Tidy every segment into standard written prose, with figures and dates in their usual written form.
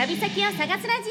旅先を探すラジ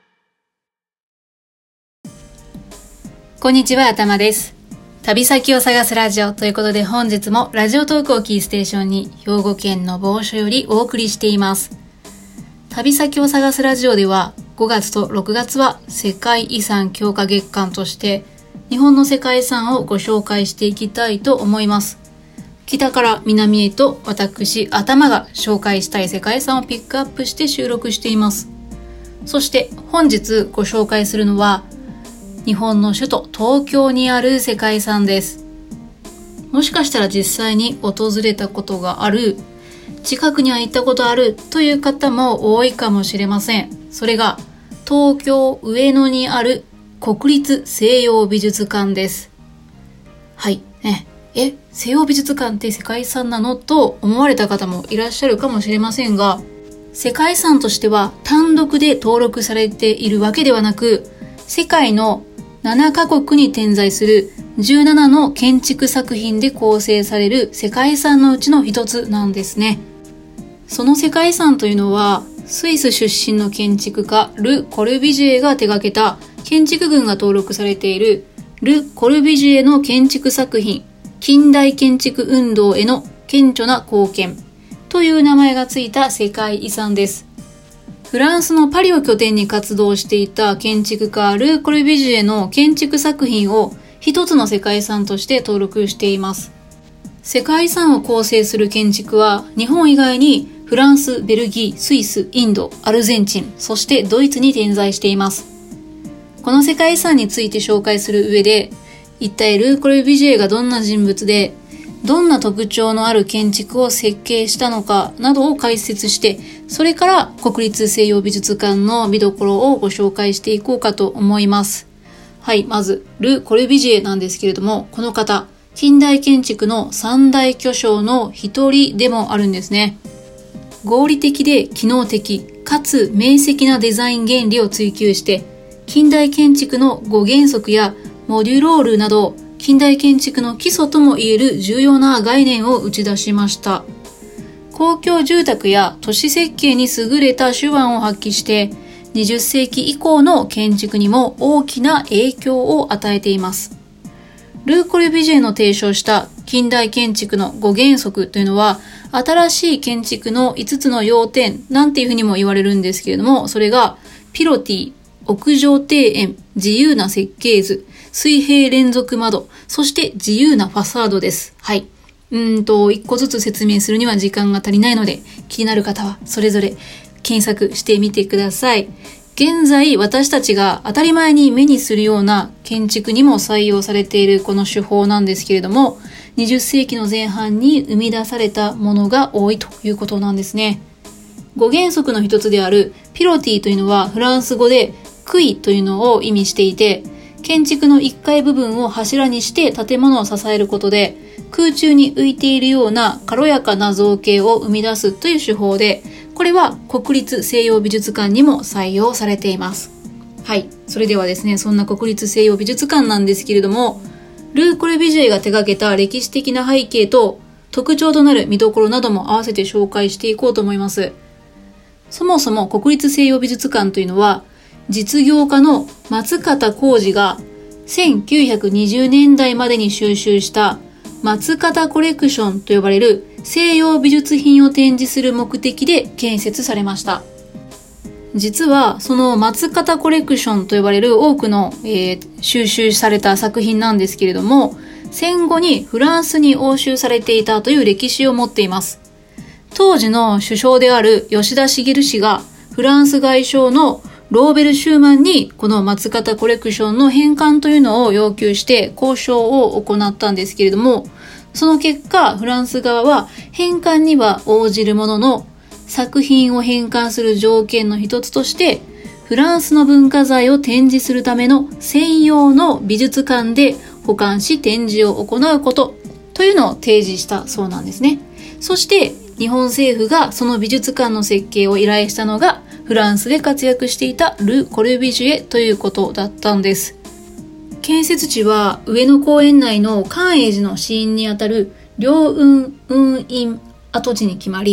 オ。 こんにちは、あたまです。旅先を探すラジオということで、本日もラジオトークをキーステーションに兵庫県の某所よりお送りしています。旅先を探すラジオでは、5月と6月は世界遺産強化月間として日本の世界遺産をご紹介していきたいと思います。北から南へと私、頭が紹介したい世界遺産をピックアップして収録しています。そして本日ご紹介するのは日本の首都東京にある世界遺産です。もしかしたら実際に訪れたことがある、近くには行ったことあるという方も多いかもしれません。それが東京上野にある国立西洋美術館です。はいね。西洋美術館って世界遺産なのと思われた方もいらっしゃるかもしれませんが、世界遺産としては単独で登録されているわけではなく、世界の7カ国に点在する17の建築作品で構成される世界遺産のうちの一つなんですね。その世界遺産というのは、スイス出身の建築家ル・コルビジエが手掛けた建築群が登録されているル・コルビジエの建築作品、近代建築運動への顕著な貢献という名前がついた世界遺産です。フランスのパリを拠点に活動していた建築家ル・コルビジエの建築作品を一つの世界遺産として登録しています。世界遺産を構成する建築は日本以外にフランス、ベルギー、スイス、インド、アルゼンチン、そしてドイツに点在しています。この世界遺産について紹介する上で、一体ル・コルビジエがどんな人物で、どんな特徴のある建築を設計したのかなどを解説して、それから国立西洋美術館の見どころをご紹介していこうかと思います。はい、まずル・コルビジエなんですけれども、この方、近代建築の三大巨匠の一人でもあるんですね。合理的で機能的かつ明晰なデザイン原理を追求して、近代建築の5原則やモデュロールなど近代建築の基礎ともいえる重要な概念を打ち出しました。公共住宅や都市設計に優れた手腕を発揮して20世紀以降の建築にも大きな影響を与えています。ル・コルビジエの提唱した近代建築の5原則というのは、新しい建築の5つの要点なんていうふうにも言われるんですけれども、それがピロティ、屋上庭園、自由な設計図、水平連続窓、そして自由なファサードです。はい。一個ずつ説明するには時間が足りないので、気になる方はそれぞれ検索してみてください。現在私たちが当たり前に目にするような建築にも採用されているこの手法なんですけれども、20世紀の前半に生み出されたものが多いということなんですね。5原則の一つであるピロティというのはフランス語で杭というのを意味していて、建築の1階部分を柱にして建物を支えることで空中に浮いているような軽やかな造形を生み出すという手法で、これは国立西洋美術館にも採用されています。はい、それではですね、そんな国立西洋美術館なんですけれども、ル・コルビジエが手掛けた歴史的な背景と特徴となる見どころなども合わせて紹介していこうと思います。そもそも国立西洋美術館というのは、実業家の松方幸二が1920年代までに収集した松方コレクションと呼ばれる西洋美術品を展示する目的で建設されました。実はその松方コレクションと呼ばれる多くの、収集された作品なんですけれども、戦後にフランスに押収されていたという歴史を持っています。当時の首相である吉田茂氏がフランス外相のローベル・シューマンにこの松方コレクションの返還というのを要求して交渉を行ったんですけれども、その結果フランス側は返還には応じるものの、作品を返還する条件の一つとしてフランスの文化財を展示するための専用の美術館で保管し展示を行うことというのを提示したそうなんですね。そして日本政府がその美術館の設計を依頼したのがフランスで活躍していたル・コルビジエということだったんです。建設地は上野公園内の寛永寺の死因にあたる両雲雲院跡地に決まり、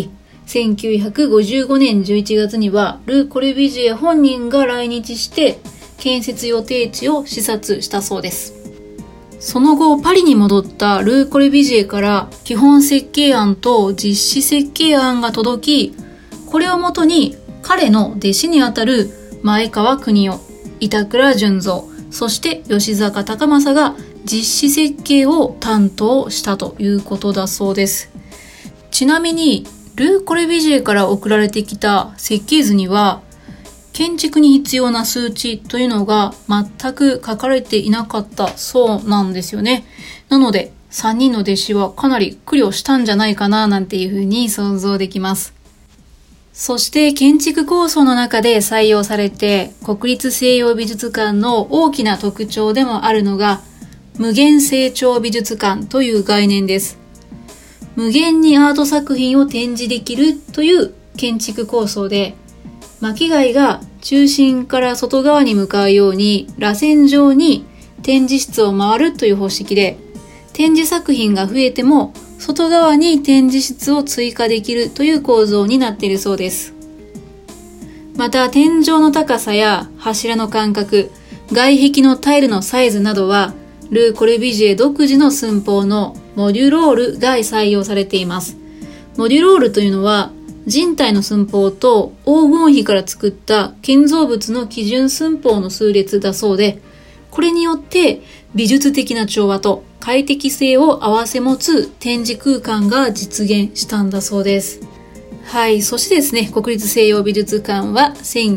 1955年11月にはル・コルビュジエ本人が来日して建設予定地を視察したそうです。その後パリに戻ったル・コルビュジエから基本設計案と実施設計案が届き、これをもとに彼の弟子にあたる前川邦夫、板倉順三、そして吉坂隆正が実施設計を担当したということだそうです。ちなみにル・コルビュジエから送られてきた設計図には建築に必要な数値というのが全く書かれていなかったそうなんですよね。なので3人の弟子はかなり苦慮したんじゃないかななんていうふうに想像できます。そして建築構想の中で採用されて国立西洋美術館の大きな特徴でもあるのが無限成長美術館という概念です。無限にアート作品を展示できるという建築構想で、巻貝が中心から外側に向かうように螺旋状に展示室を回るという方式で、展示作品が増えても外側に展示室を追加できるという構造になっているそうです。また天井の高さや柱の間隔、外壁のタイルのサイズなどはル・コルビュジエ独自の寸法のモデュロールが採用されています。モデュロールというのは人体の寸法と黄金比から作った建造物の基準寸法の数列だそうで、これによって美術的な調和と快適性を併せ持つ展示空間が実現したんだそうです。はい、そしてですね、国立西洋美術館は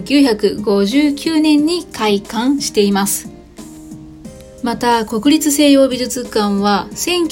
1959年に開館しています。また国立西洋美術館は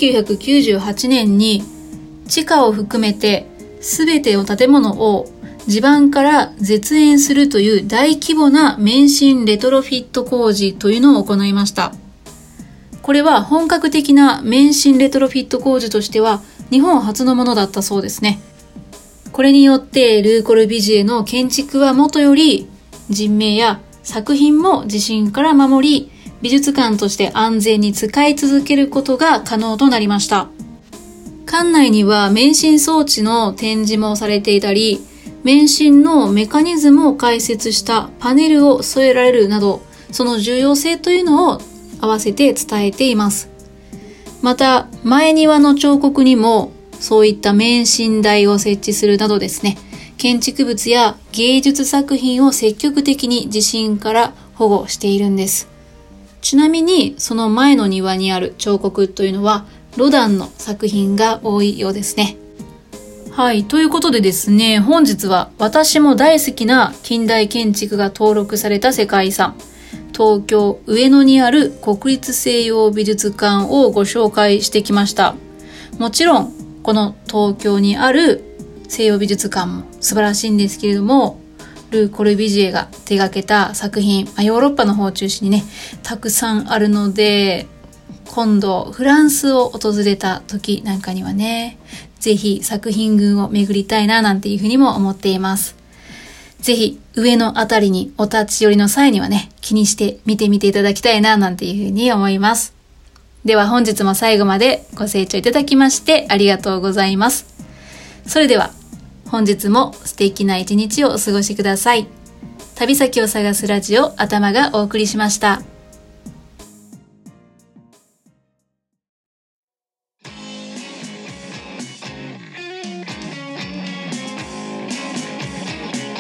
1998年に地下を含めて全ての建物を地盤から絶縁するという大規模な免震レトロフィット工事というのを行いました。これは本格的な免震レトロフィット工事としては日本初のものだったそうですね。これによってル・コルビュジエの建築はもとより人命や作品も地震から守り、美術館として安全に使い続けることが可能となりました。館内には免震装置の展示もされていたり、免震のメカニズムを解説したパネルを添えられるなど、その重要性というのを合わせて伝えています。また前庭の彫刻にもそういった免震台を設置するなどですね、建築物や芸術作品を積極的に地震から保護しているんです。ちなみにその前の庭にある彫刻というのはロダンの作品が多いようですね。はい、ということでですね、本日は私も大好きな近代建築が登録された世界遺産、東京上野にある国立西洋美術館をご紹介してきました。もちろんこの東京にある西洋美術館も素晴らしいんですけれども、ル・コルビュジエが手掛けた作品、ヨーロッパの方を中心にね、たくさんあるので、今度フランスを訪れた時なんかにはね、ぜひ作品群を巡りたいななんていうふうにも思っています。ぜひ上のあたりにお立ち寄りの際にはね、気にして見てみていただきたいななんていうふうに思います。では本日も最後までご清聴いただきましてありがとうございます。それでは本日も素敵な一日をお過ごしください。旅先を探すラジオ頭がお送りしました。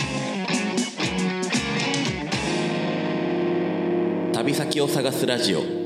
旅先を探すラジオ。